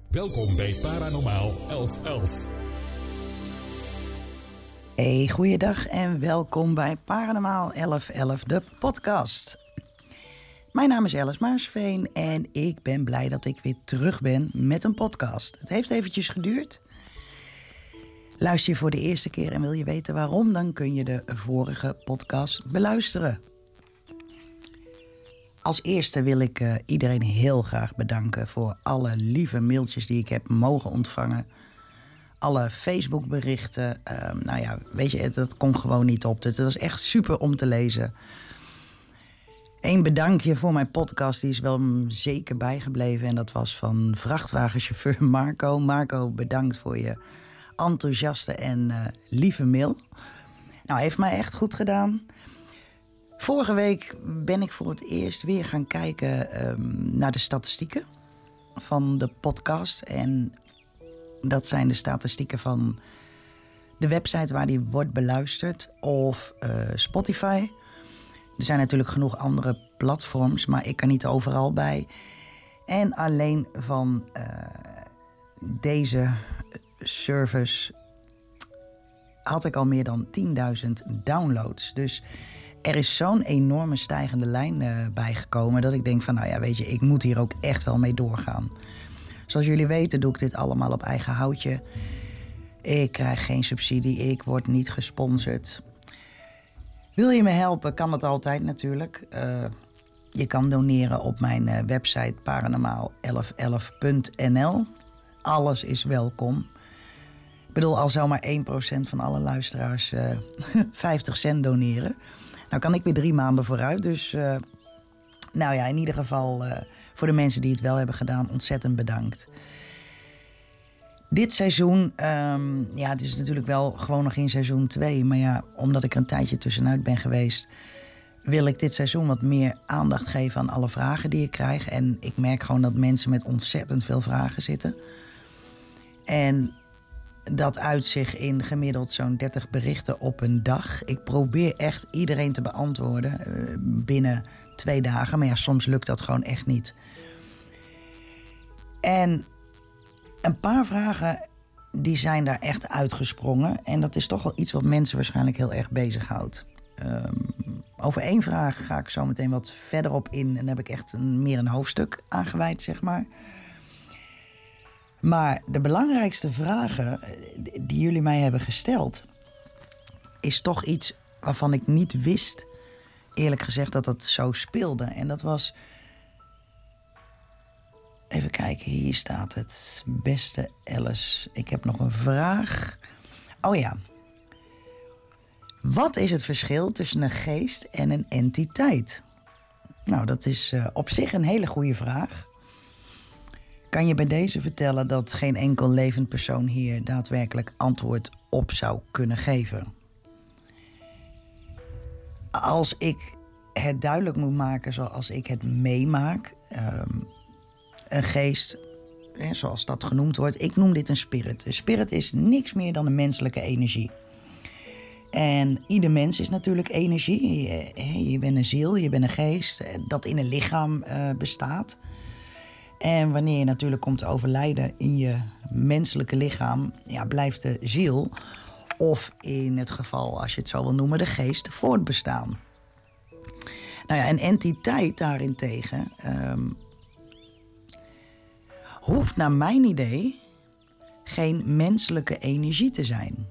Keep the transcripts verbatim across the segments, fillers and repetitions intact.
Welkom bij Paranormaal elf elf. Hey, goeiedag en welkom bij Paranormaal elf elf, de podcast. Mijn naam is Alice Maarsveen en ik ben blij dat ik weer terug ben met een podcast. Het heeft eventjes geduurd. Luister je voor de eerste keer en wil je weten waarom, dan kun je de vorige podcast beluisteren. Als eerste wil ik uh, iedereen heel graag bedanken voor alle lieve mailtjes die ik heb mogen ontvangen. Alle Facebook-berichten. Uh, nou ja, weet je, dat kon gewoon niet op. Het was echt super om te lezen. Eén bedankje voor mijn podcast, die is wel zeker bijgebleven. En dat was van vrachtwagenchauffeur Marco. Marco, bedankt voor je enthousiaste en uh, lieve mail. Nou, heeft mij echt goed gedaan. Vorige week ben ik voor het eerst weer gaan kijken um, naar de statistieken van de podcast. En dat zijn de statistieken van de website waar die wordt beluisterd of uh, Spotify. Er zijn natuurlijk genoeg andere platforms, maar ik kan niet overal bij. En alleen van uh, deze service had ik al meer dan tienduizend downloads. Dus er is zo'n enorme stijgende lijn uh, bijgekomen dat ik denk van, nou ja, weet je, ik moet hier ook echt wel mee doorgaan. Zoals jullie weten doe ik dit allemaal op eigen houtje. Ik krijg geen subsidie, ik word niet gesponsord. Wil je me helpen, kan dat altijd natuurlijk. Uh, je kan doneren op mijn uh, website paranormaal elf elf punt n l. Alles is welkom. Ik bedoel, al zou maar één procent van alle luisteraars uh, vijftig cent doneren. Nou kan ik weer drie maanden vooruit. Dus uh, nou ja, in ieder geval uh, voor de mensen die het wel hebben gedaan, ontzettend bedankt. Dit seizoen, um, ja, het is natuurlijk wel gewoon nog in seizoen twee. Maar ja, omdat ik er een tijdje tussenuit ben geweest, wil ik dit seizoen wat meer aandacht geven aan alle vragen die ik krijg. En ik merk gewoon dat mensen met ontzettend veel vragen zitten. En dat uit zich in gemiddeld zo'n dertig berichten op een dag. Ik probeer echt iedereen te beantwoorden uh, binnen twee dagen. Maar ja, soms lukt dat gewoon echt niet. En een paar vragen die zijn daar echt uitgesprongen. En dat is toch wel iets wat mensen waarschijnlijk heel erg bezighoudt. Um, over één vraag ga ik zo meteen wat verder op in. En daar heb ik echt een, meer een hoofdstuk aan gewijd, zeg maar. Maar de belangrijkste vragen die jullie mij hebben gesteld, is toch iets waarvan ik niet wist, eerlijk gezegd, dat dat zo speelde. En dat was, even kijken, hier staat het. Beste Alice, ik heb nog een vraag. Oh ja. Wat is het verschil tussen een geest en een entiteit? Nou, dat is uh, op zich een hele goede vraag. Kan je bij deze vertellen dat geen enkel levend persoon hier daadwerkelijk antwoord op zou kunnen geven? Als ik het duidelijk moet maken zoals ik het meemaak, um, een geest, hè, zoals dat genoemd wordt, ik noem dit een spirit. Een spirit is niks meer dan een menselijke energie. En ieder mens is natuurlijk energie. Je, je bent een ziel, je bent een geest dat in een lichaam uh, bestaat. En wanneer je natuurlijk komt te overlijden in je menselijke lichaam, ja, blijft de ziel, of in het geval, als je het zo wil noemen, de geest, voortbestaan. Nou ja, een entiteit daarentegen um, hoeft naar mijn idee geen menselijke energie te zijn.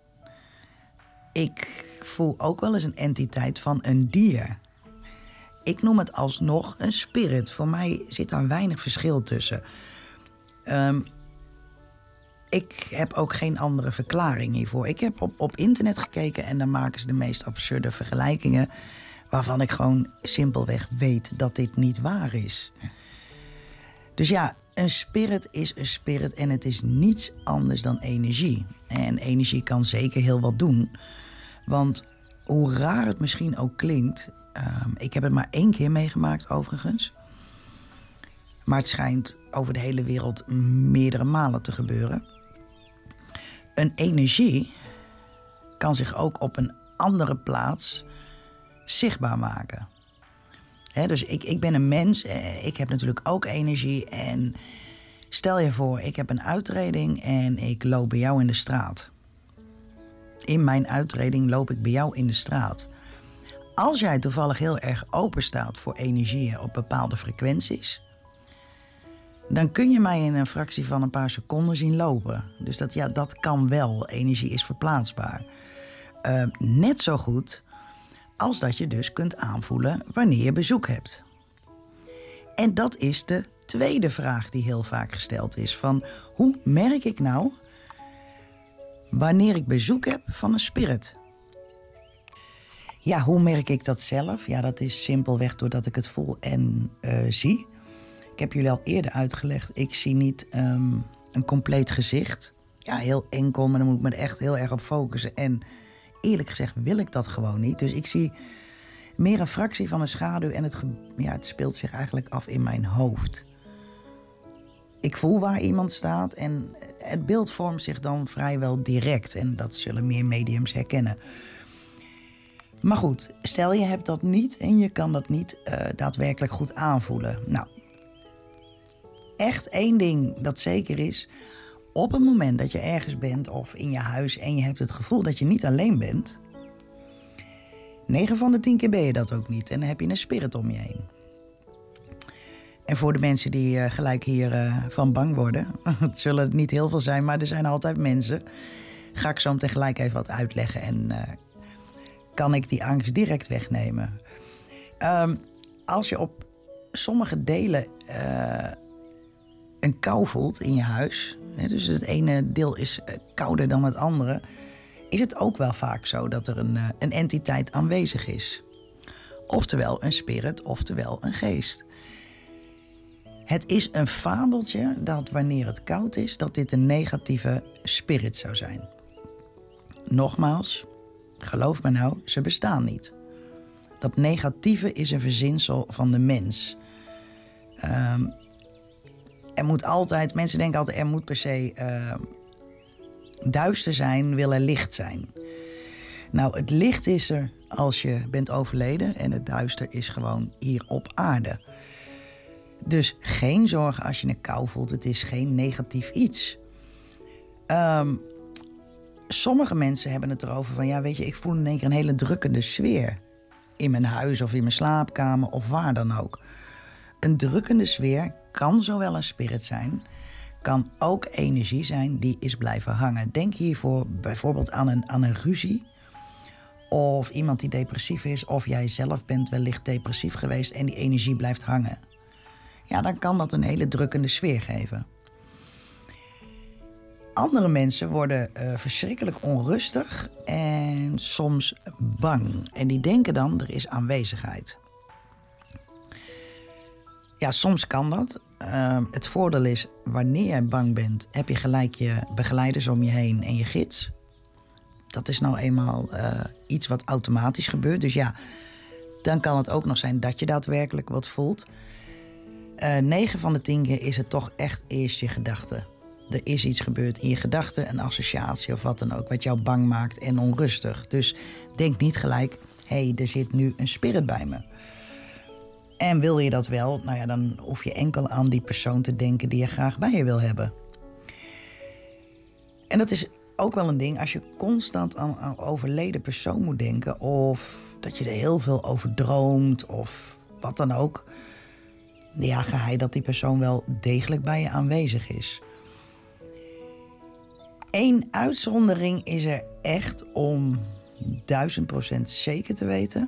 Ik voel ook wel eens een entiteit van een dier. Ik noem het alsnog een spirit. Voor mij zit daar weinig verschil tussen. Um, ik heb ook geen andere verklaring hiervoor. Ik heb op, op internet gekeken en dan maken ze de meest absurde vergelijkingen, waarvan ik gewoon simpelweg weet dat dit niet waar is. Dus ja, een spirit is een spirit en het is niets anders dan energie. En energie kan zeker heel wat doen. Want hoe raar het misschien ook klinkt, Um, ik heb het maar één keer meegemaakt overigens. Maar het schijnt over de hele wereld meerdere malen te gebeuren. Een energie kan zich ook op een andere plaats zichtbaar maken. He, dus ik, ik ben een mens, ik heb natuurlijk ook energie. En Stel je voor, ik heb een uittreding en ik loop bij jou in de straat. In mijn uittreding loop ik bij jou in de straat. Als jij toevallig heel erg open staat voor energieën op bepaalde frequenties, dan kun je mij in een fractie van een paar seconden zien lopen. Dus dat, ja, dat kan wel. Energie is verplaatsbaar. Uh, net zo goed als dat je dus kunt aanvoelen wanneer je bezoek hebt. En dat is de tweede vraag die heel vaak gesteld is. Van hoe merk ik nou wanneer ik bezoek heb van een spirit? Ja, hoe merk ik dat zelf? Ja, dat is simpelweg doordat ik het voel en uh, zie. Ik heb jullie al eerder uitgelegd, ik zie niet um, een compleet gezicht. Ja, heel enkel, maar dan moet ik me er echt heel erg op focussen. En eerlijk gezegd wil ik dat gewoon niet. Dus ik zie meer een fractie van een schaduw en het, ja, het speelt zich eigenlijk af in mijn hoofd. Ik voel waar iemand staat en het beeld vormt zich dan vrijwel direct. En dat zullen meer mediums herkennen. Maar goed, stel je hebt dat niet en je kan dat niet uh, daadwerkelijk goed aanvoelen. Nou, echt één ding dat zeker is. Op het moment dat je ergens bent of in je huis en je hebt het gevoel dat je niet alleen bent, negen van de tien keer ben je dat ook niet en dan heb je een spirit om je heen. En voor de mensen die uh, gelijk hier uh, van bang worden, het zullen het niet heel veel zijn, maar er zijn altijd mensen, ga ik zo meteen gelijk even wat uitleggen en uh, kan ik die angst direct wegnemen. Um, als je op sommige delen uh, een kou voelt in je huis, hè, dus het ene deel is uh, kouder dan het andere, is het ook wel vaak zo dat er een, uh, een entiteit aanwezig is. Oftewel een spirit, oftewel een geest. Het is een fabeltje dat wanneer het koud is, dat dit een negatieve spirit zou zijn. Nogmaals, geloof me nou, ze bestaan niet. Dat negatieve is een verzinsel van de mens. Um, er moet altijd, mensen denken altijd, er moet per se uh, duister zijn, wil er licht zijn. Nou, het licht is er als je bent overleden en het duister is gewoon hier op aarde. Dus geen zorgen als je een kou voelt, het is geen negatief iets. Um, sommige mensen hebben het erover van, ja weet je, ik voel in één keer een hele drukkende sfeer. In mijn huis of in mijn slaapkamer of waar dan ook. Een drukkende sfeer kan zowel een spirit zijn, kan ook energie zijn die is blijven hangen. Denk hiervoor bijvoorbeeld aan een, aan een ruzie. Of iemand die depressief is, of jij zelf bent wellicht depressief geweest en die energie blijft hangen. Ja, dan kan dat een hele drukkende sfeer geven. Andere mensen worden uh, verschrikkelijk onrustig en soms bang. En die denken dan, er is aanwezigheid. Ja, soms kan dat. Uh, het voordeel is, wanneer je bang bent, heb je gelijk je begeleiders om je heen en je gids. Dat is nou eenmaal uh, iets wat automatisch gebeurt. Dus ja, dan kan het ook nog zijn dat je daadwerkelijk wat voelt. Uh, negen van de tien keer is het toch echt eerst je gedachten. Er is iets gebeurd in je gedachten, een associatie of wat dan ook, wat jou bang maakt en onrustig. Dus denk niet gelijk, hé, hey, er zit nu een spirit bij me. En wil je dat wel, nou ja, dan hoef je enkel aan die persoon te denken die je graag bij je wil hebben. En dat is ook wel een ding, als je constant aan een overleden persoon moet denken, of dat je er heel veel over droomt, of wat dan ook, ja, geheim dat die persoon wel degelijk bij je aanwezig is. Eén uitzondering is er echt om duizend procent zeker te weten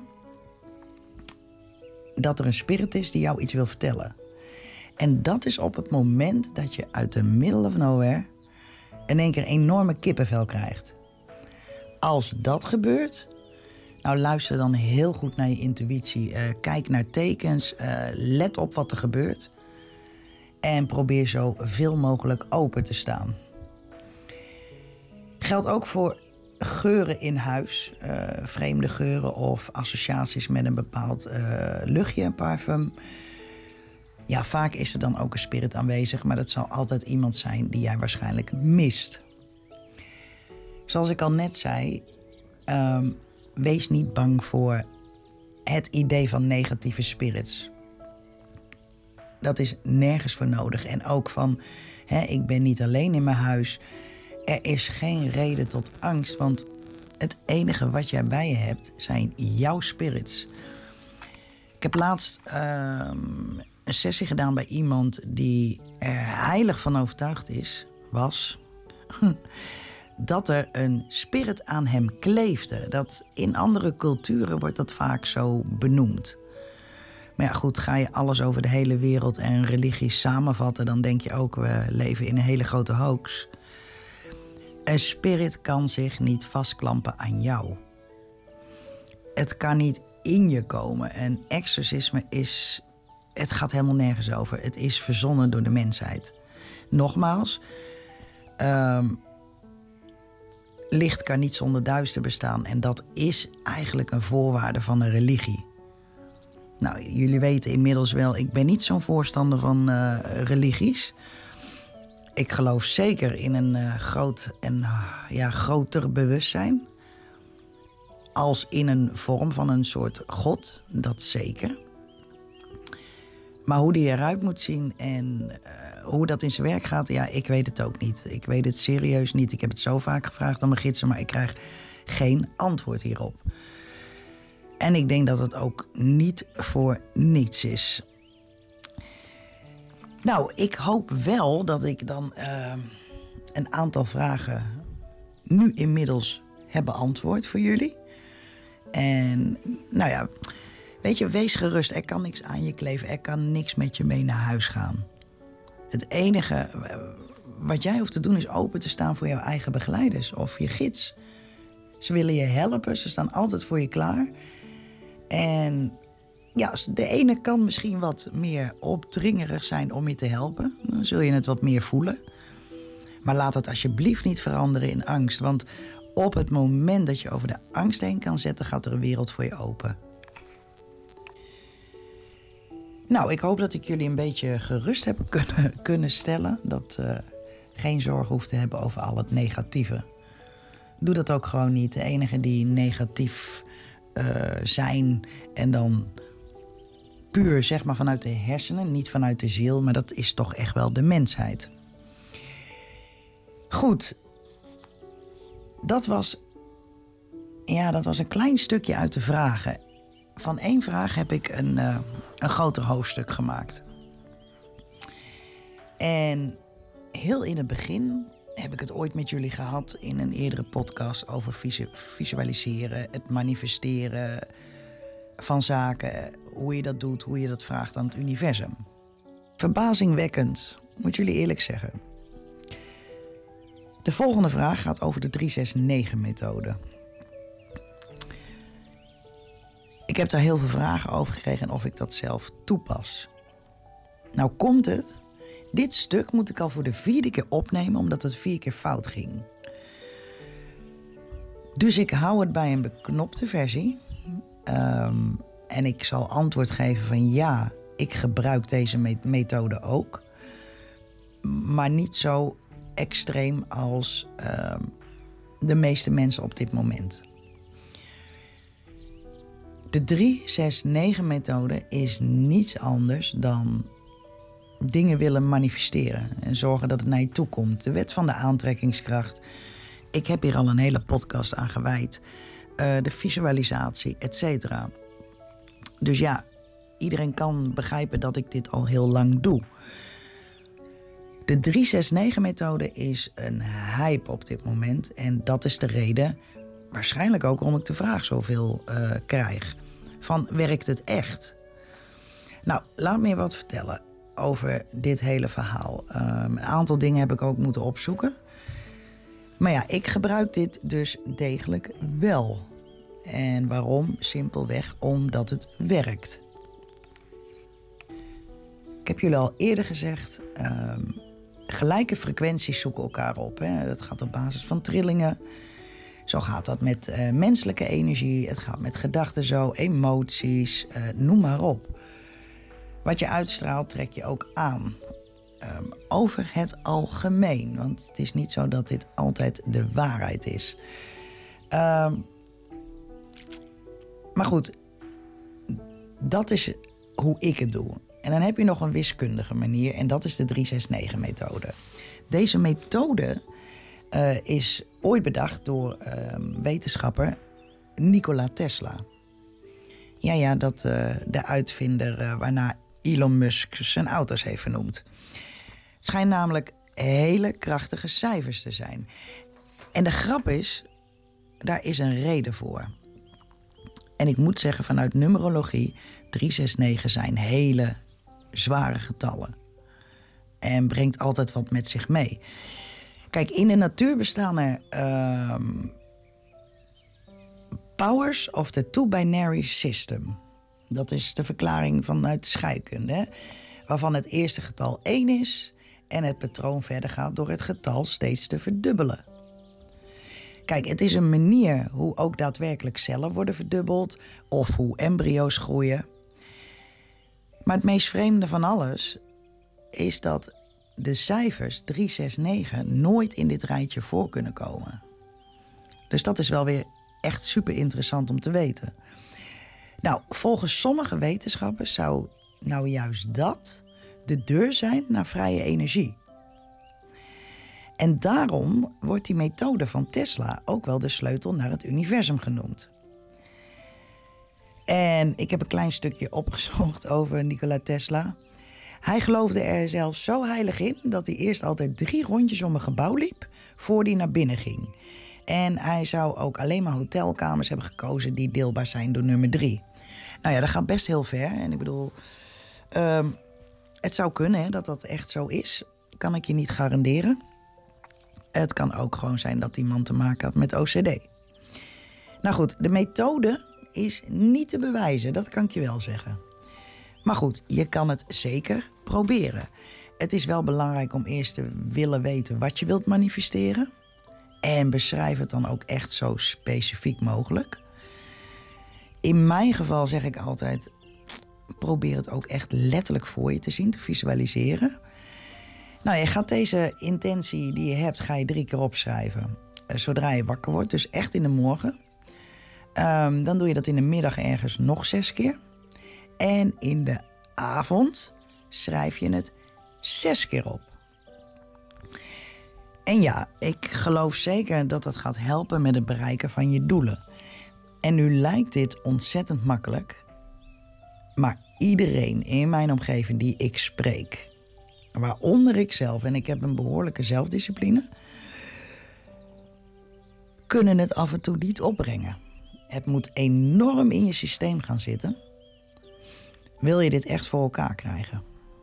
dat er een spirit is die jou iets wil vertellen. En dat is op het moment dat je uit de middle of nowhere in één keer een enorme kippenvel krijgt. Als dat gebeurt, nou luister dan heel goed naar je intuïtie. Uh, kijk naar tekens, uh, let op wat er gebeurt. En probeer zo veel mogelijk open te staan. Geldt ook voor geuren in huis. Uh, vreemde geuren of associaties met een bepaald uh, luchtje, een parfum. Ja, vaak is er dan ook een spirit aanwezig, maar dat zal altijd iemand zijn die jij waarschijnlijk mist. Zoals ik al net zei, um, wees niet bang voor het idee van negatieve spirits. dat is nergens voor nodig. En ook van, hè, ik ben niet alleen in mijn huis. Er is geen reden tot angst, want het enige wat jij bij je hebt zijn jouw spirits. Ik heb laatst uh, een sessie gedaan bij iemand die er heilig van overtuigd is, was, dat er een spirit aan hem kleefde. Dat in andere culturen wordt dat vaak zo benoemd. Maar ja, goed, ga je alles over de hele wereld en religies samenvatten, dan denk je ook, we leven in een hele grote hoax. Een spirit kan zich niet vastklampen aan jou. Het kan niet in je komen. En exorcisme is, het gaat helemaal nergens over. Het is verzonnen door de mensheid. Nogmaals, um, licht kan niet zonder duister bestaan. En dat is eigenlijk een voorwaarde van een religie. Nou, jullie weten inmiddels wel, ik ben niet zo'n voorstander van uh, religies. Ik geloof zeker in een uh, groot en uh, ja, groter bewustzijn. Als in een vorm van een soort God, dat zeker. Maar hoe die eruit moet zien en uh, hoe dat in zijn werk gaat, ja, ik weet het ook niet. Ik weet het serieus niet. Ik heb het zo vaak gevraagd aan mijn gidsen, maar ik krijg geen antwoord hierop. En ik denk dat het ook niet voor niets is. Nou, ik hoop wel dat ik dan uh, een aantal vragen nu inmiddels heb beantwoord voor jullie. En nou ja, weet je, wees gerust. Er kan niks aan je kleven. Er kan niks met je mee naar huis gaan. Het enige wat jij hoeft te doen is open te staan voor jouw eigen begeleiders of je gids. Ze willen je helpen. Ze staan altijd voor je klaar. En ja, de ene kan misschien wat meer opdringerig zijn om je te helpen. Dan zul je het wat meer voelen. Maar laat het alsjeblieft niet veranderen in angst. Want op het moment dat je over de angst heen kan zetten, gaat er een wereld voor je open. Nou, ik hoop dat ik jullie een beetje gerust heb kunnen, kunnen stellen. Dat uh, geen zorg hoeft te hebben over al het negatieve. Doe dat ook gewoon niet. De enigen die negatief uh, zijn en dan puur zeg maar vanuit de hersenen, niet vanuit de ziel, maar dat is toch echt wel de mensheid. Goed. Dat was, ja, dat was een klein stukje uit de vragen. Van één vraag heb ik een, uh, een groter hoofdstuk gemaakt. En heel in het begin heb ik het ooit met jullie gehad in een eerdere podcast over visu- visualiseren, het manifesteren van zaken, hoe je dat doet, hoe je dat vraagt aan het universum. Verbazingwekkend, moet jullie eerlijk zeggen. De volgende vraag gaat over de drie zes negen methode. Ik heb daar heel veel vragen over gekregen en of ik dat zelf toepas. Nou komt het, dit stuk moet ik al voor de vierde keer opnemen omdat het vier keer fout ging. Dus ik hou het bij een beknopte versie. Um, en ik zal antwoord geven van ja, ik gebruik deze methode ook. Maar niet zo extreem als uh, de meeste mensen op dit moment. De drie zes negen methode is niets anders dan dingen willen manifesteren en zorgen dat het naar je toe komt. De wet van de aantrekkingskracht. Ik heb hier al een hele podcast aan gewijd. Uh, de visualisatie, et cetera. Dus ja, iedereen kan begrijpen dat ik dit al heel lang doe. De drie zes negen methode is een hype op dit moment. En dat is de reden, waarschijnlijk ook waarom ik de vraag zoveel uh, krijg. Van, werkt het echt? Nou, laat me je wat vertellen over dit hele verhaal. Um, een aantal dingen heb ik ook moeten opzoeken. Maar ja, ik gebruik dit dus degelijk wel. En waarom? Simpelweg omdat het werkt. Ik heb jullie al eerder gezegd, um, gelijke frequenties zoeken elkaar op. Hè. Dat gaat op basis van trillingen. Zo gaat dat met uh, menselijke energie. Het gaat met gedachten zo, emoties, uh, noem maar op. Wat je uitstraalt trek je ook aan. Um, over het algemeen. Want het is niet zo dat dit altijd de waarheid is. Um, maar goed, dat is hoe ik het doe. En dan heb je nog een wiskundige manier en dat is de drie zes negen methode. Deze methode uh, is ooit bedacht door uh, wetenschapper Nikola Tesla. Ja, ja, dat uh, de uitvinder uh, waarna Elon Musk zijn auto's heeft vernoemd. Het schijnt namelijk hele krachtige cijfers te zijn. En de grap is, daar is een reden voor. En ik moet zeggen, vanuit numerologie, drie zes negen zijn hele zware getallen. En brengt altijd wat met zich mee. Kijk, in de natuur bestaan er uh, powers of the two-binary system. Dat is de verklaring vanuit scheikunde, hè? Waarvan het eerste getal één is en het patroon verder gaat door het getal steeds te verdubbelen. Kijk, het is een manier hoe ook daadwerkelijk cellen worden verdubbeld of hoe embryo's groeien. Maar het meest vreemde van alles is dat de cijfers drie zes negen nooit in dit rijtje voor kunnen komen. Dus dat is wel weer echt super interessant om te weten. Nou, volgens sommige wetenschappers zou nou juist dat de deur zijn naar vrije energie. En daarom wordt die methode van Tesla ook wel de sleutel naar het universum genoemd. En ik heb een klein stukje opgezocht over Nikola Tesla. Hij geloofde er zelfs zo heilig in dat hij eerst altijd drie rondjes om een gebouw liep voordat hij naar binnen ging. En hij zou ook alleen maar hotelkamers hebben gekozen die deelbaar zijn door nummer drie. Nou ja, dat gaat best heel ver. En ik bedoel, um, het zou kunnen hè, dat dat echt zo is. Kan ik je niet garanderen. Het kan ook gewoon zijn dat die man te maken had met O C D. Nou goed, de methode is niet te bewijzen, dat kan ik je wel zeggen. Maar goed, je kan het zeker proberen. Het is wel belangrijk om eerst te willen weten wat je wilt manifesteren. En beschrijf het dan ook echt zo specifiek mogelijk. In mijn geval zeg ik altijd, probeer het ook echt letterlijk voor je te zien, te visualiseren. Nou, je gaat deze intentie die je hebt, ga je drie keer opschrijven. Zodra je wakker wordt, dus echt in de morgen. Um, dan doe je dat in de middag ergens nog zes keer. En in de avond schrijf je het zes keer op. En ja, ik geloof zeker dat dat gaat helpen met het bereiken van je doelen. En nu lijkt dit ontzettend makkelijk. Maar iedereen in mijn omgeving die ik spreek, waaronder ik zelf, en ik heb een behoorlijke zelfdiscipline, kunnen het af en toe niet opbrengen. Het moet enorm in je systeem gaan zitten. Wil je dit echt voor elkaar krijgen?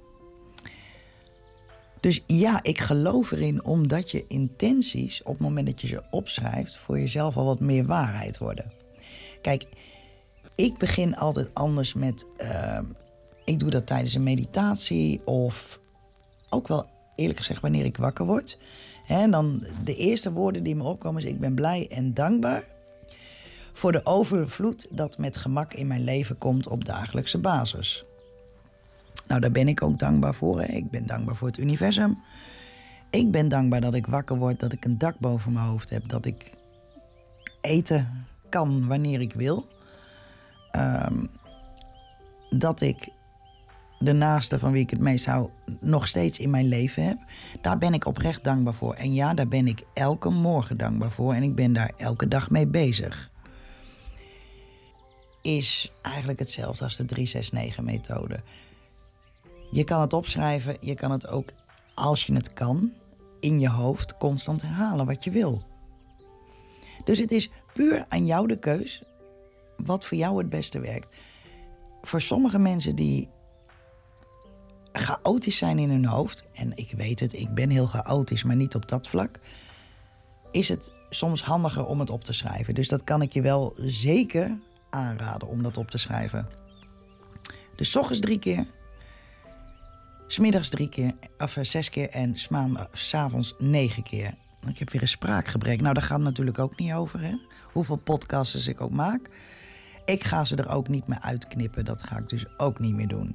Dus ja, ik geloof erin omdat je intenties, op het moment dat je ze opschrijft, voor jezelf al wat meer waarheid worden. Kijk, ik begin altijd anders met, uh, ik doe dat tijdens een meditatie of ook wel eerlijk gezegd wanneer ik wakker word. En dan de eerste woorden die me opkomen is, ik ben blij en dankbaar voor de overvloed dat met gemak in mijn leven komt op dagelijkse basis. Nou, daar ben ik ook dankbaar voor. Hè. Ik ben dankbaar voor het universum. Ik ben dankbaar dat ik wakker word, dat ik een dak boven mijn hoofd heb, dat ik eten kan wanneer ik wil. Um, dat ik de naaste van wie ik het meest hou nog steeds in mijn leven heb. Daar ben ik oprecht dankbaar voor. En ja, daar ben ik elke morgen dankbaar voor. En ik ben daar elke dag mee bezig. Is eigenlijk hetzelfde als de drie zes negen methode. Je kan het opschrijven, je kan het ook, als je het kan, in je hoofd constant herhalen wat je wil. Dus het is puur aan jou de keus wat voor jou het beste werkt. Voor sommige mensen die chaotisch zijn in hun hoofd, en ik weet het, ik ben heel chaotisch, maar niet op dat vlak, is het soms handiger om het op te schrijven. Dus dat kan ik je wel zeker aanraden om dat op te schrijven. Dus 's ochtends drie keer, 's middags drie keer, of zes keer en 's avonds negen keer. Ik heb weer een spraakgebrek. Nou, daar gaat het natuurlijk ook niet over, hè? Hoeveel podcasts ik ook maak. Ik ga ze er ook niet meer uitknippen. Dat ga ik dus ook niet meer doen.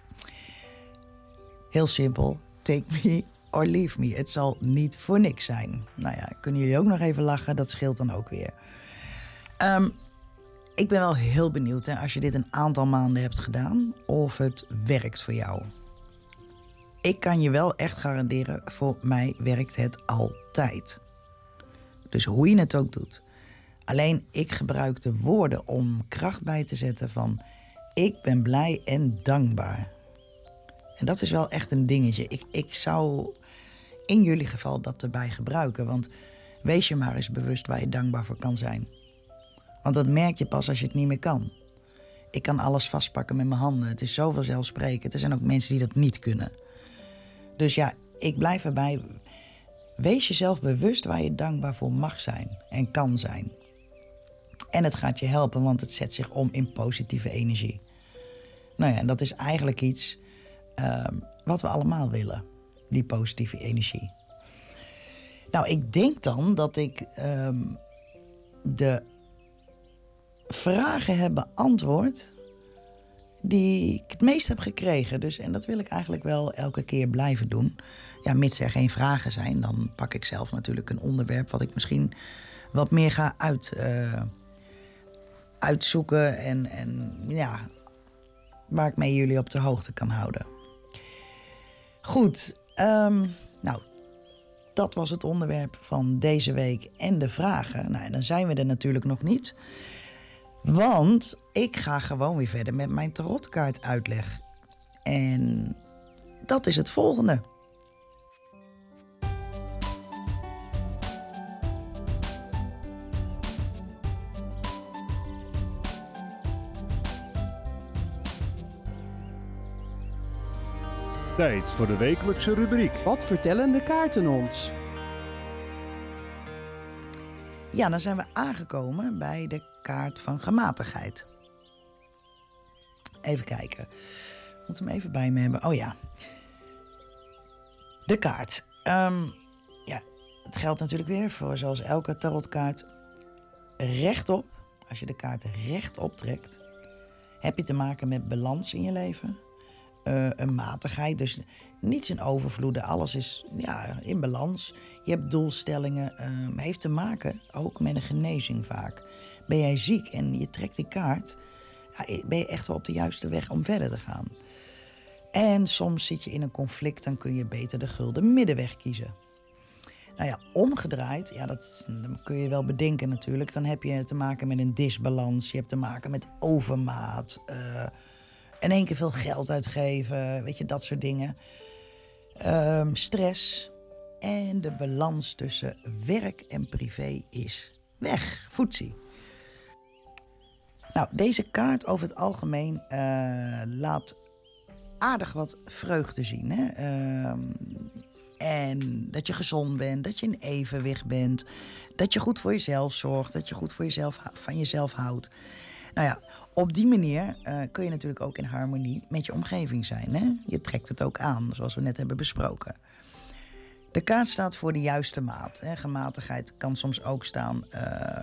Heel simpel. Take me or leave me. Het zal niet voor niks zijn. Nou ja, kunnen jullie ook nog even lachen? Dat scheelt dan ook weer. Um, Ik ben wel heel benieuwd, hè, als je dit een aantal maanden hebt gedaan, of het werkt voor jou. Ik kan je wel echt garanderen, voor mij werkt het altijd. Dus hoe je het ook doet. Alleen ik gebruik de woorden om kracht bij te zetten van ik ben blij en dankbaar. En dat is wel echt een dingetje. Ik, ik zou in jullie geval dat erbij gebruiken. Want wees je maar eens bewust waar je dankbaar voor kan zijn. Want dat merk je pas als je het niet meer kan. Ik kan alles vastpakken met mijn handen. Het is zo vanzelfsprekend. Er zijn ook mensen die dat niet kunnen. Dus ja, ik blijf erbij. Wees jezelf bewust waar je dankbaar voor mag zijn en kan zijn. En het gaat je helpen, want het zet zich om in positieve energie. Nou ja, en dat is eigenlijk iets uh, wat we allemaal willen. Die positieve energie. Nou, ik denk dan dat ik uh, de vragen heb beantwoord die ik het meest heb gekregen. Dus, en dat wil ik eigenlijk wel elke keer blijven doen. Ja, mits er geen vragen zijn, dan pak ik zelf natuurlijk een onderwerp wat ik misschien wat meer ga uit, uh, uitzoeken. En, en ja, waar ik mee jullie op de hoogte kan houden. Goed, um, nou, dat was het onderwerp van deze week en de vragen. Nou, en dan zijn we er natuurlijk nog niet. Want ik ga gewoon weer verder met mijn tarotkaartuitleg. En dat is het volgende. Tijd voor de wekelijkse rubriek. Wat vertellen de kaarten ons? Ja, dan zijn we aangekomen bij de kaart van gematigheid. Even kijken. Ik moet hem even bij me hebben. Oh ja. De kaart. Um, ja, het geldt natuurlijk weer voor zoals elke tarotkaart. Rechtop. Als je de kaart rechtop trekt, heb je te maken met balans in je leven. Uh, een matigheid, dus niets in overvloeden. Alles is ja, in balans. Je hebt doelstellingen. Uh, heeft te maken ook met een genezing vaak. Ben jij ziek en je trekt die kaart, ja, ben je echt wel op de juiste weg om verder te gaan. En soms zit je in een conflict, dan kun je beter de gulden middenweg kiezen. Nou ja, omgedraaid, ja, dat, dat kun je wel bedenken natuurlijk. Dan heb je te maken met een disbalans. Je hebt te maken met overmaat. Uh, in één keer veel geld uitgeven, weet je, dat soort dingen. Um, stress. En de balans tussen werk en privé is weg. Foetsie. Nou, deze kaart over het algemeen uh, laat aardig wat vreugde zien. Hè? Um, en dat je gezond bent, dat je in evenwicht bent. Dat je goed voor jezelf zorgt, dat je goed voor jezelf, van jezelf houdt. Nou ja, op die manier uh, kun je natuurlijk ook in harmonie met je omgeving zijn. Hè? Je trekt het ook aan, zoals we net hebben besproken. De kaart staat voor de juiste maat. Hè? Gematigheid kan soms ook staan uh,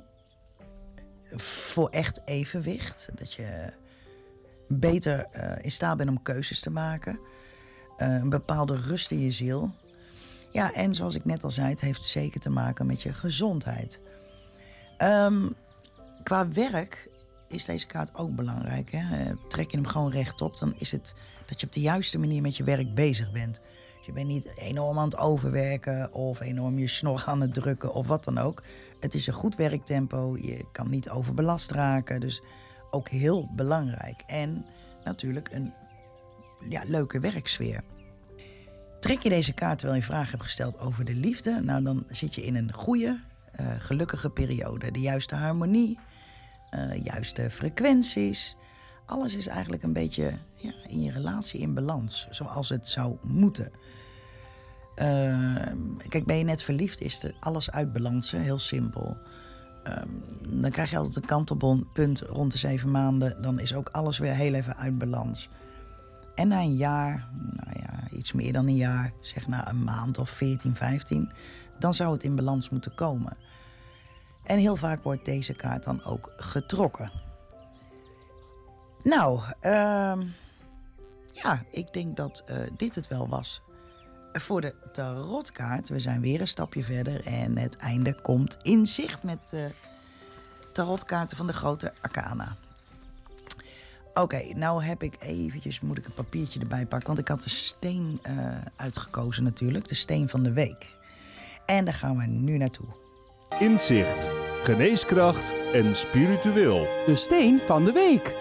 voor echt evenwicht. Dat je beter uh, in staat bent om keuzes te maken. Uh, een bepaalde rust in je ziel. Ja, en zoals ik net al zei, het heeft zeker te maken met je gezondheid. Um, qua werk is deze kaart ook belangrijk. Hè? Trek je hem gewoon rechtop, dan is het dat je op de juiste manier met je werk bezig bent. Dus je bent niet enorm aan het overwerken of enorm je snor aan het drukken of wat dan ook. Het is een goed werktempo, je kan niet overbelast raken, dus ook heel belangrijk. En natuurlijk een ja, leuke werksfeer. Trek je deze kaart terwijl je vragen hebt gesteld over de liefde, nou dan zit je in een goede, uh, gelukkige periode. De juiste harmonie, uh, juiste frequenties. Alles is eigenlijk een beetje ja, in je relatie in balans, zoals het zou moeten. Uh, kijk, ben je net verliefd, is er alles uit balans, heel simpel. Um, dan krijg je altijd een kantelpunt rond de zeven maanden. Dan is ook alles weer heel even uit balans. En na een jaar, nou ja, iets meer dan een jaar, zeg na een maand of veertien, vijftien... dan zou het in balans moeten komen. En heel vaak wordt deze kaart dan ook getrokken. Nou, uh, ja, ik denk dat uh, dit het wel was voor de tarotkaart. We zijn weer een stapje verder en het einde komt in zicht met uh, tarotkaarten van de grote arcana. Oké, okay, nou heb ik eventjes, moet ik een papiertje erbij pakken, want ik had de steen uh, uitgekozen natuurlijk, de steen van de week. En daar gaan we nu naartoe. Inzicht, geneeskracht en spiritueel. De steen van de week.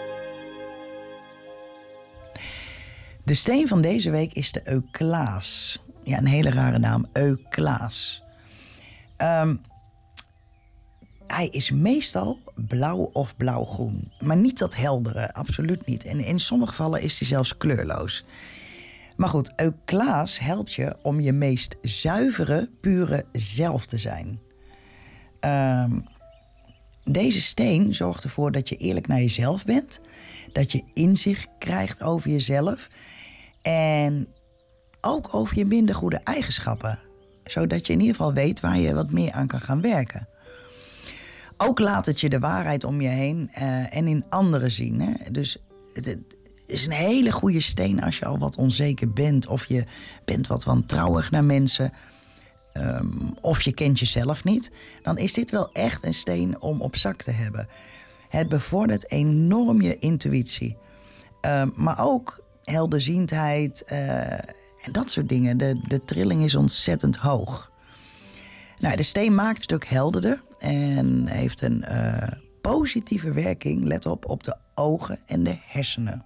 De steen van deze week is de Euklaas. Ja, een hele rare naam, Euklaas. Um, hij is meestal blauw of blauwgroen. Maar niet dat heldere, absoluut niet. En in sommige gevallen is hij zelfs kleurloos. Maar goed, Euklaas helpt je om je meest zuivere, pure zelf te zijn. Um, deze steen zorgt ervoor dat je eerlijk naar jezelf bent. Dat je inzicht krijgt over jezelf. En ook over je minder goede eigenschappen. Zodat je in ieder geval weet waar je wat meer aan kan gaan werken. Ook laat het je de waarheid om je heen uh, en in anderen zien. Hè? Dus het, het is een hele goede steen als je al wat onzeker bent. Of je bent wat wantrouwig naar mensen. Um, of je kent jezelf niet. Dan is dit wel echt een steen om op zak te hebben. Het bevordert enorm je intuïtie. Um, maar ook helderziendheid uh, en dat soort dingen. De, de trilling is ontzettend hoog. Nou, de steen maakt het ook helderder en heeft een uh, positieve werking, let op, op de ogen en de hersenen.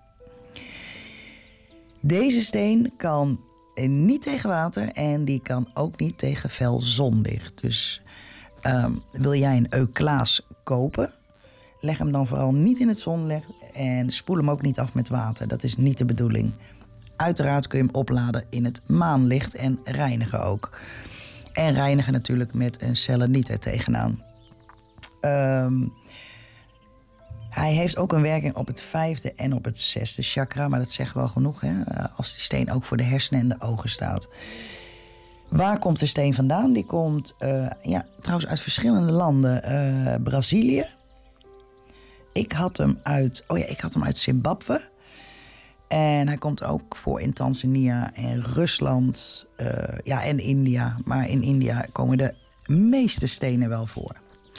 Deze steen kan niet tegen water en die kan ook niet tegen fel zonlicht. Dus um, wil jij een Euklaas kopen, leg hem dan vooral niet in het zonlicht en spoel hem ook niet af met water. Dat is niet de bedoeling. Uiteraard kun je hem opladen in het maanlicht en reinigen ook. En reinigen natuurlijk met een seleniter tegenaan. Um, hij heeft ook een werking op het vijfde en op het zesde chakra. Maar dat zegt wel genoeg, hè? Als die steen ook voor de hersenen en de ogen staat. Waar komt de steen vandaan? Die komt uh, ja, trouwens uit verschillende landen. Uh, Brazilië. Ik had hem uit, oh ja, ik had hem uit Zimbabwe. En hij komt ook voor in Tanzania en Rusland, uh, ja, en India. Maar in India komen de meeste stenen wel voor.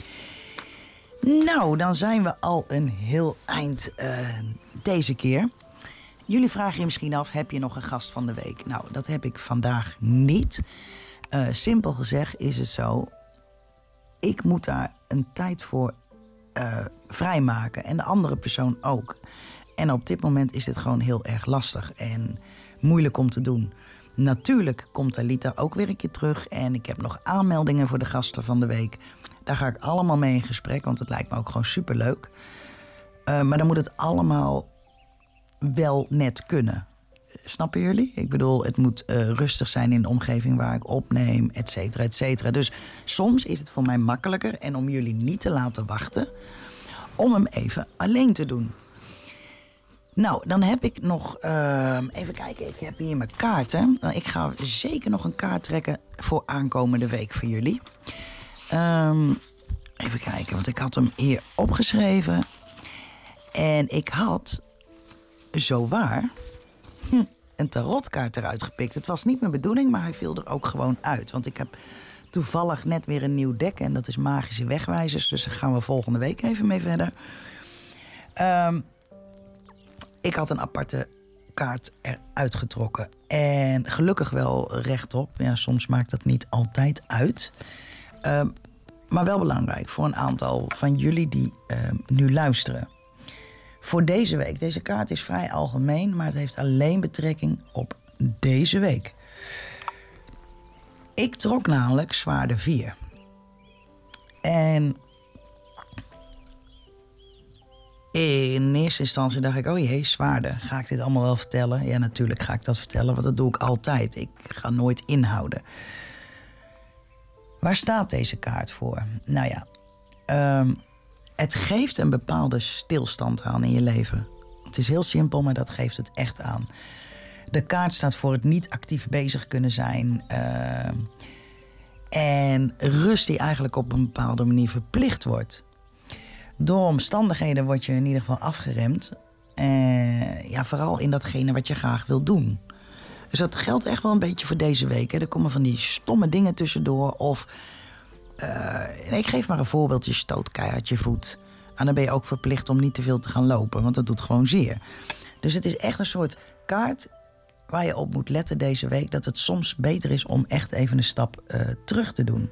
Nou, dan zijn we al een heel eind uh, deze keer. Jullie vragen je misschien af, heb je nog een gast van de week? Nou, dat heb ik vandaag niet. Uh, simpel gezegd is het zo, ik moet daar een tijd voor uh, vrijmaken. En de andere persoon ook. En op dit moment is dit gewoon heel erg lastig en moeilijk om te doen. Natuurlijk komt Talita ook weer een keer terug. En ik heb nog aanmeldingen voor de gasten van de week. Daar ga ik allemaal mee in gesprek, want het lijkt me ook gewoon superleuk. Uh, maar dan moet het allemaal wel net kunnen. Snappen jullie? Ik bedoel, het moet uh, rustig zijn in de omgeving waar ik opneem, et cetera, et cetera. Dus soms is het voor mij makkelijker en om jullie niet te laten wachten, om hem even alleen te doen. Nou, dan heb ik nog, uh, even kijken, ik heb hier mijn kaarten. Ik ga zeker nog een kaart trekken voor aankomende week voor jullie. Um, even kijken, want ik had hem hier opgeschreven. En ik had, zowaar, hm, een tarotkaart eruit gepikt. Het was niet mijn bedoeling, maar hij viel er ook gewoon uit. Want ik heb toevallig net weer een nieuw deck en dat is Magische Wegwijzers. Dus daar gaan we volgende week even mee verder. Um, Ik had een aparte kaart eruit getrokken. En gelukkig wel rechtop. Ja, soms maakt dat niet altijd uit. Um, maar wel belangrijk voor een aantal van jullie die um, nu luisteren. Voor deze week. Deze kaart is vrij algemeen, maar het heeft alleen betrekking op deze week. Ik trok namelijk zwaarde vier. En in eerste instantie dacht ik, oh jee, zwaarden. Ga ik dit allemaal wel vertellen? Ja, natuurlijk ga ik dat vertellen, want dat doe ik altijd. Ik ga nooit inhouden. Waar staat deze kaart voor? Nou ja, um, het geeft een bepaalde stilstand aan in je leven. Het is heel simpel, maar dat geeft het echt aan. De kaart staat voor het niet actief bezig kunnen zijn. Uh, en rust die eigenlijk op een bepaalde manier verplicht wordt. Door omstandigheden word je in ieder geval afgeremd. Uh, ja, vooral in datgene wat je graag wil doen. Dus dat geldt echt wel een beetje voor deze week. Hè. Er komen van die stomme dingen tussendoor. Of Uh, ik geef maar een voorbeeld. Je stoot keihard je voet. En dan ben je ook verplicht om niet te veel te gaan lopen. Want dat doet gewoon zeer. Dus het is echt een soort kaart waar je op moet letten deze week. Dat het soms beter is om echt even een stap uh, terug te doen.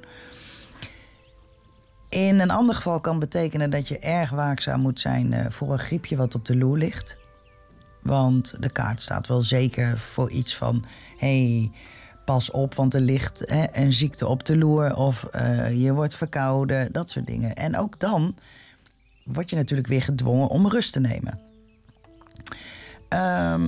In een ander geval kan betekenen dat je erg waakzaam moet zijn uh, voor een griepje wat op de loer ligt. Want de kaart staat wel zeker voor iets van... hey, pas op, want er ligt hè, een ziekte op de loer of uh, je wordt verkouden, dat soort dingen. En ook dan word je natuurlijk weer gedwongen om rust te nemen. Um,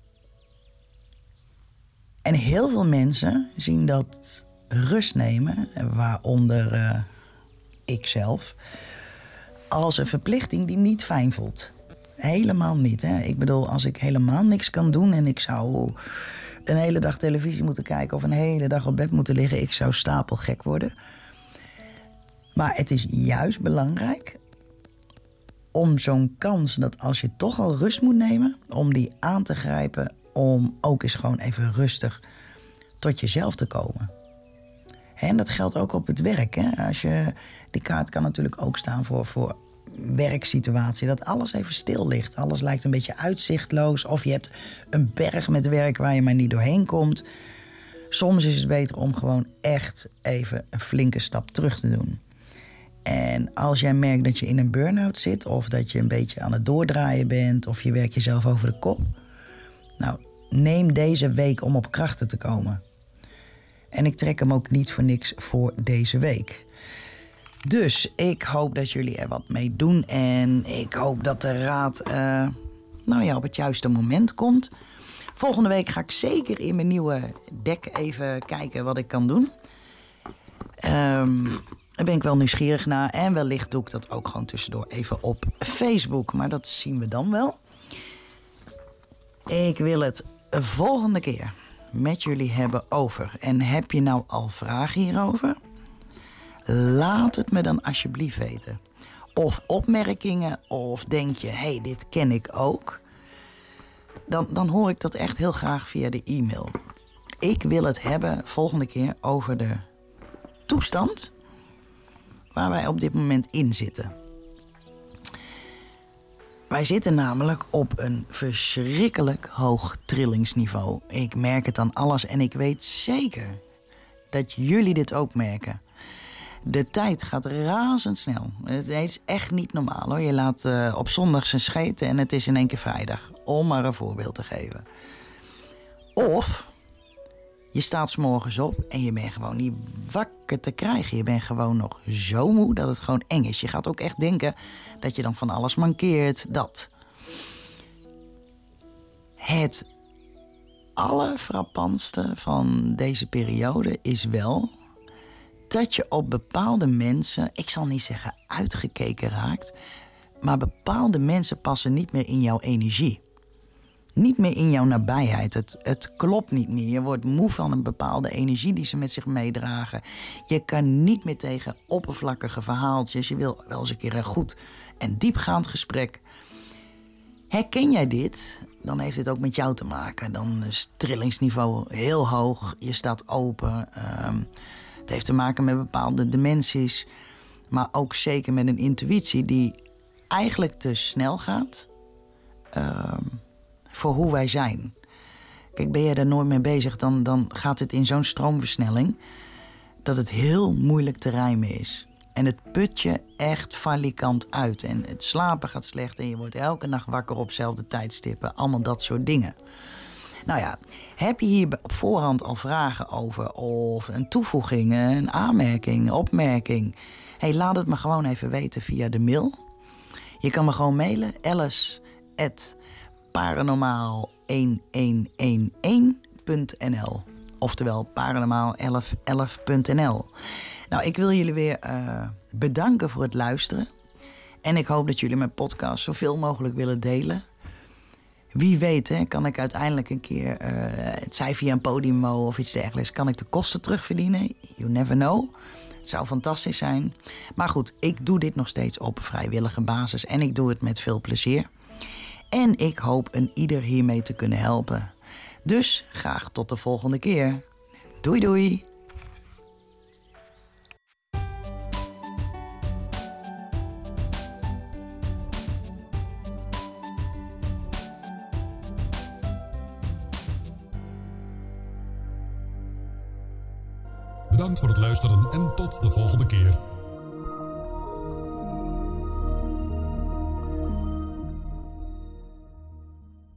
en heel veel mensen zien dat rust nemen, waaronder uh, ikzelf, als een verplichting die niet fijn voelt. Helemaal niet. Hè? Ik bedoel, als ik helemaal niks kan doen en ik zou een hele dag televisie moeten kijken of een hele dag op bed moeten liggen, ik zou stapelgek worden. Maar het is juist belangrijk om zo'n kans dat als je toch al rust moet nemen, om die aan te grijpen, om ook eens gewoon even rustig tot jezelf te komen. En dat geldt ook op het werk. Hè? Als je, die kaart kan natuurlijk ook staan voor, voor werksituatie. Dat alles even stil ligt. Alles lijkt een beetje uitzichtloos. Of je hebt een berg met werk waar je maar niet doorheen komt. Soms is het beter om gewoon echt even een flinke stap terug te doen. En als jij merkt dat je in een burn-out zit, of dat je een beetje aan het doordraaien bent, of je werkt jezelf over de kop, nou, neem deze week om op krachten te komen. En ik trek hem ook niet voor niks voor deze week. Dus ik hoop dat jullie er wat mee doen. En ik hoop dat de raad uh, nou ja, op het juiste moment komt. Volgende week ga ik zeker in mijn nieuwe deck even kijken wat ik kan doen. Um, daar ben ik wel nieuwsgierig naar. En wellicht doe ik dat ook gewoon tussendoor even op Facebook. Maar dat zien we dan wel. Ik wil het volgende keer met jullie hebben over. En heb je nou al vragen hierover? Laat het me dan alsjeblieft weten. Of opmerkingen, of denk je, hé, hey, dit ken ik ook. Dan, dan hoor ik dat echt heel graag via de e-mail. Ik wil het hebben volgende keer over de toestand waar wij op dit moment in zitten. Wij zitten namelijk op een verschrikkelijk hoog trillingsniveau. Ik merk het aan alles en ik weet zeker dat jullie dit ook merken. De tijd gaat razendsnel. Het is echt niet normaal hoor. Je laat uh, op zondag zijn scheten en het is in één keer vrijdag. Om maar een voorbeeld te geven. Of je staat 's morgens op en je bent gewoon niet wakker te krijgen. Je bent gewoon nog zo moe dat het gewoon eng is. Je gaat ook echt denken dat je dan van alles mankeert. Dat. Het allerfrappantste van deze periode is wel dat je op bepaalde mensen, ik zal niet zeggen uitgekeken raakt, maar bepaalde mensen passen niet meer in jouw energie. Niet meer in jouw nabijheid. Het, het klopt niet meer. Je wordt moe van een bepaalde energie die ze met zich meedragen. Je kan niet meer tegen oppervlakkige verhaaltjes. Je wil wel eens een keer een goed en diepgaand gesprek. Herken jij dit? Dan heeft dit ook met jou te maken. Dan is het trillingsniveau heel hoog. Je staat open. Um, het heeft te maken met bepaalde dimensies. Maar ook zeker met een intuïtie die eigenlijk te snel gaat. Um, voor hoe wij zijn. Kijk, ben je daar nooit mee bezig, dan, dan gaat het in zo'n stroomversnelling dat het heel moeilijk te rijmen is. En het put je echt valikant uit. En het slapen gaat slecht en je wordt elke nacht wakker op dezelfde tijdstippen. Allemaal dat soort dingen. Nou ja, heb je hier op voorhand al vragen over of een toevoeging, een aanmerking, opmerking? Hey, laat het me gewoon even weten via de mail. Je kan me gewoon mailen, alice at paranormaal een een een een punt n l. Oftewel paranormaal elf elf punt n l. Nou, ik wil jullie weer uh, bedanken voor het luisteren. En ik hoop dat jullie mijn podcast zoveel mogelijk willen delen. Wie weet, hè, kan ik uiteindelijk een keer, uh, het zij via een Podimo of iets dergelijks, kan ik de kosten terugverdienen? You never know. Het zou fantastisch zijn. Maar goed, ik doe dit nog steeds op vrijwillige basis en ik doe het met veel plezier. En ik hoop een ieder hiermee te kunnen helpen. Dus graag tot de volgende keer. Doei doei! Bedankt voor het luisteren en tot de volgende keer.